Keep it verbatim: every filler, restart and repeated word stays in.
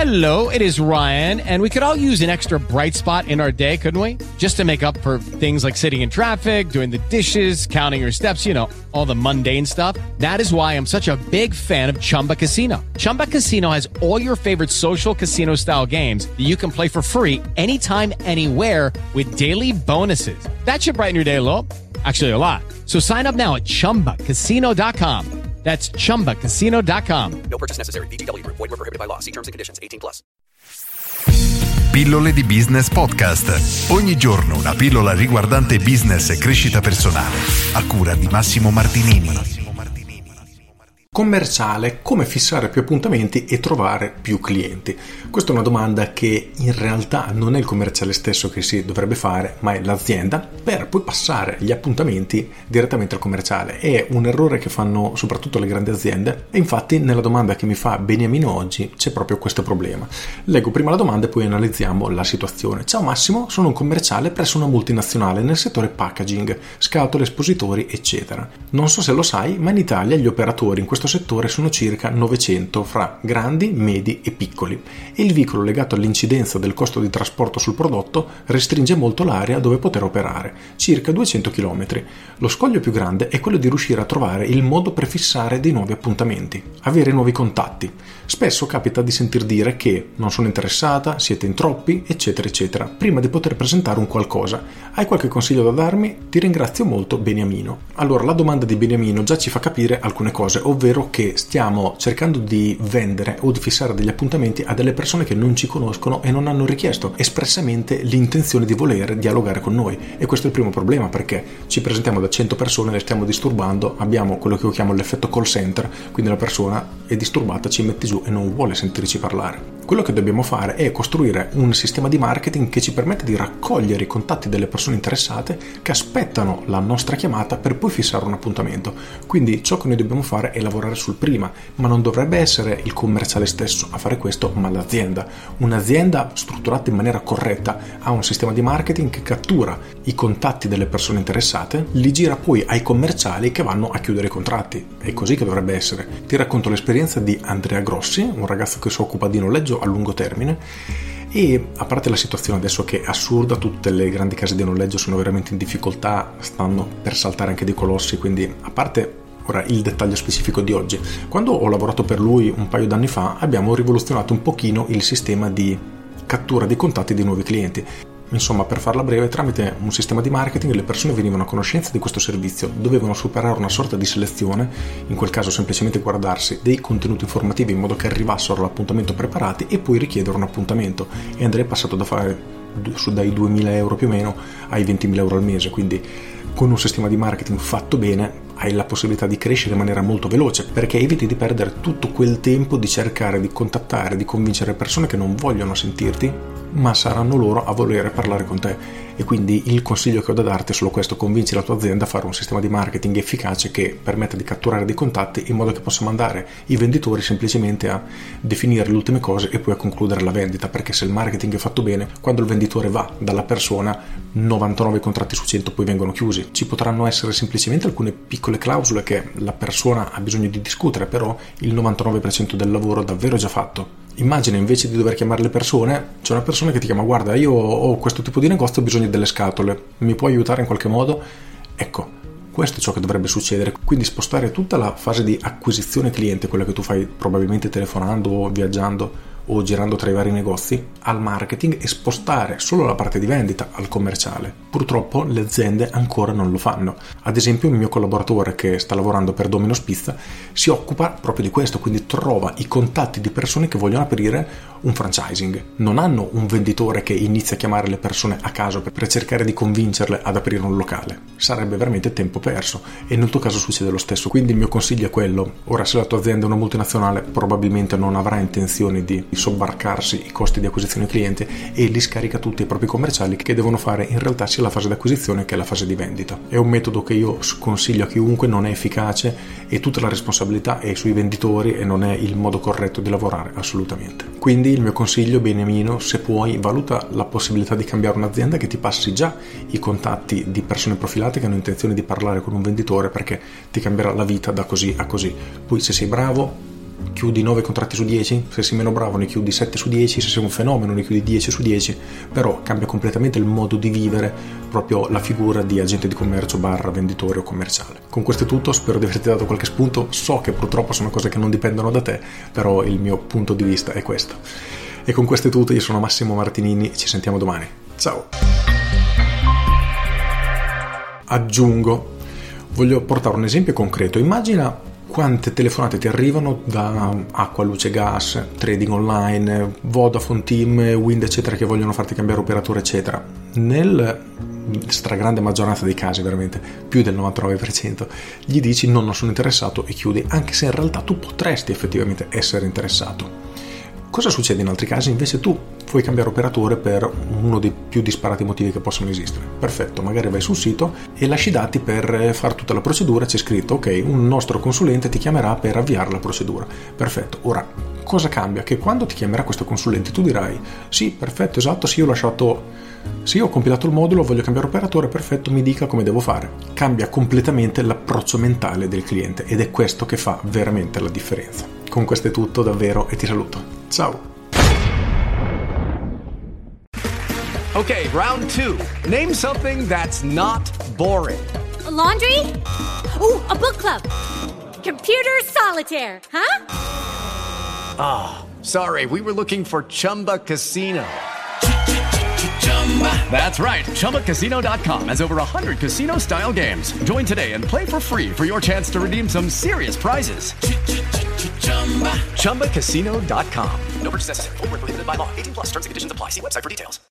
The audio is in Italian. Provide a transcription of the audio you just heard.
Hello, it is Ryan, and we could all use an extra bright spot in our day, couldn't we? Just to make up for things like sitting in traffic, doing the dishes, counting your steps, you know, all the mundane stuff. That is why I'm such a big fan of Chumba Casino. Chumba Casino has all your favorite social casino-style games that you can play for free anytime, anywhere with daily bonuses. That should brighten your day a little. Actually, a lot. So sign up now at chumba casino dot com. That's chumba casino dot com. No purchase necessary. V G W Group. Void where prohibited by law. See terms and conditions. eighteen plus. Pillole di Business Podcast. Ogni giorno una pillola riguardante business e crescita personale. A cura di Massimo Martinini. Commerciale, come fissare più appuntamenti e trovare più clienti? Questa è una domanda che in realtà non è il commerciale stesso che si dovrebbe fare, ma è l'azienda, per poi passare gli appuntamenti direttamente al commerciale. È un errore che fanno soprattutto le grandi aziende e infatti nella domanda che mi fa Beniamino oggi c'è proprio questo problema. Leggo prima la domanda e poi analizziamo la situazione. Ciao Massimo, sono un commerciale presso una multinazionale nel settore packaging, scatole, espositori, eccetera. Non so se lo sai, ma in Italia gli operatori in questo settore sono circa novecento fra grandi, medi e piccoli e il vincolo legato all'incidenza del costo di trasporto sul prodotto restringe molto l'area dove poter operare, circa duecento chilometri. Lo scoglio più grande è quello di riuscire a trovare il modo per fissare dei nuovi appuntamenti, avere nuovi contatti. Spesso capita di sentir dire che non sono interessata, siete in troppi, eccetera eccetera, prima di poter presentare un qualcosa. Hai qualche consiglio da darmi? Ti ringrazio molto, Beniamino. Allora, la domanda di Beniamino già ci fa capire alcune cose, ovvero che stiamo cercando di vendere o di fissare degli appuntamenti a delle persone che non ci conoscono e non hanno richiesto espressamente l'intenzione di voler dialogare con noi. E questo è il primo problema, perché ci presentiamo da cento persone, le stiamo disturbando, abbiamo quello che io chiamo l'effetto call center, quindi la persona è disturbata, ci mette giù e non vuole sentirci parlare. Quello che dobbiamo fare è costruire un sistema di marketing che ci permette di raccogliere i contatti delle persone interessate che aspettano la nostra chiamata per poi fissare un appuntamento. Quindi ciò che noi dobbiamo fare è lavorare sul prima, ma non dovrebbe essere il commerciale stesso a fare questo, ma l'azienda. Un'azienda strutturata in maniera corretta ha un sistema di marketing che cattura i contatti delle persone interessate, li gira poi ai commerciali che vanno a chiudere i contratti. È così che dovrebbe essere. Ti racconto l'esperienza di Andrea Grossi, un ragazzo che si occupa di noleggio a lungo termine. E a parte la situazione adesso che è assurda, tutte le grandi case di noleggio sono veramente in difficoltà, stanno per saltare anche dei colossi, quindi a parte ora il dettaglio specifico di oggi, quando ho lavorato per lui un paio d'anni fa abbiamo rivoluzionato un pochino il sistema di cattura dei contatti dei nuovi clienti. Insomma, per farla breve, tramite un sistema di marketing le persone venivano a conoscenza di questo servizio, dovevano superare una sorta di selezione, in quel caso semplicemente guardarsi dei contenuti informativi in modo che arrivassero all'appuntamento preparati e poi richiedere un appuntamento. E Andrea è passato da fare dai duemila euro più o meno ai ventimila euro al mese, quindi con un sistema di marketing fatto bene hai la possibilità di crescere in maniera molto veloce, perché eviti di perdere tutto quel tempo di cercare di contattare, di convincere persone che non vogliono sentirti, ma saranno loro a volere parlare con te. E quindi il consiglio che ho da darti è solo questo: convinci la tua azienda a fare un sistema di marketing efficace che permetta di catturare dei contatti in modo che possa mandare i venditori semplicemente a definire le ultime cose e poi a concludere la vendita, perché se il marketing è fatto bene, quando il venditore va dalla persona, novantanove contratti su cento poi vengono chiusi. Ci potranno essere semplicemente alcune piccole clausole che la persona ha bisogno di discutere, però il novantanove per cento del lavoro davvero è già fatto. Immagina, invece di dover chiamare le persone, c'è una persona che ti chiama: guarda, io ho questo tipo di negozio, ho bisogno delle scatole, mi puoi aiutare in qualche modo? Ecco, questo è ciò che dovrebbe succedere. Quindi spostare tutta la fase di acquisizione cliente, quella che tu fai probabilmente telefonando o viaggiando o girando tra i vari negozi, al marketing, e spostare solo la parte di vendita al commerciale. Purtroppo le aziende ancora non lo fanno. Ad esempio il mio collaboratore che sta lavorando per Domino's Pizza si occupa proprio di questo, quindi trova i contatti di persone che vogliono aprire un franchising. Non hanno un venditore che inizia a chiamare le persone a caso per cercare di convincerle ad aprire un locale. Sarebbe veramente tempo perso e nel tuo caso succede lo stesso. Quindi il mio consiglio è quello: ora, se la tua azienda è una multinazionale, probabilmente non avrà intenzione di sobbarcarsi i costi di acquisizione cliente e li scarica tutti ai propri commerciali, che devono fare in realtà sia la fase di acquisizione che la fase di vendita. È un metodo che io consiglio a chiunque, non è efficace e tutta la responsabilità è sui venditori e non è il modo corretto di lavorare assolutamente. Quindi il mio consiglio, Beniamino, se puoi, valuta la possibilità di cambiare un'azienda che ti passi già i contatti di persone profilate che hanno intenzione di parlare con un venditore, perché ti cambierà la vita da così a così. Poi, se sei bravo, chiudi nove contratti su dieci, se sei meno bravo ne chiudi sette su dieci, se sei un fenomeno ne chiudi dieci su dieci, però cambia completamente il modo di vivere, proprio la figura di agente di commercio barra venditore o commerciale. Con questo è tutto, spero di averti dato qualche spunto, so che purtroppo sono cose che non dipendono da te, però il mio punto di vista è questo. E con questo è tutto, io sono Massimo Martinini, ci sentiamo domani. Ciao! Aggiungo, voglio portare un esempio concreto. Immagina quante telefonate ti arrivano da acqua, luce, gas, trading online, Vodafone, Team, Wind eccetera, che vogliono farti cambiare operatore eccetera. Nel stragrande maggioranza dei casi, veramente più del novantanove per cento, gli dici no, non sono interessato e chiudi, anche se in realtà tu potresti effettivamente essere interessato. Cosa succede in altri casi? Invece tu puoi cambiare operatore per uno dei più disparati motivi che possono esistere. Perfetto, magari vai sul sito e lasci i dati per fare tutta la procedura, c'è scritto ok, un nostro consulente ti chiamerà per avviare la procedura. Perfetto, ora cosa cambia? Che quando ti chiamerà questo consulente tu dirai sì, perfetto, esatto, sì, ho lasciato, sì, ho compilato il modulo, voglio cambiare operatore, perfetto, mi dica come devo fare. Cambia completamente l'approccio mentale del cliente ed è questo che fa veramente la differenza. Con questo è tutto davvero e ti saluto. Ciao! Okay, round two. Name something that's not boring. A laundry? Ooh, a book club. Computer solitaire, huh? Ah, oh, sorry, we were looking for Chumba Casino. That's right, Chumba Casino dot com has over one hundred casino-style games. Join today and play for free for your chance to redeem some serious prizes. Chumba Casino dot com. No purchase necessary. Void where prohibited by law. eighteen plus terms and conditions apply. See website for details.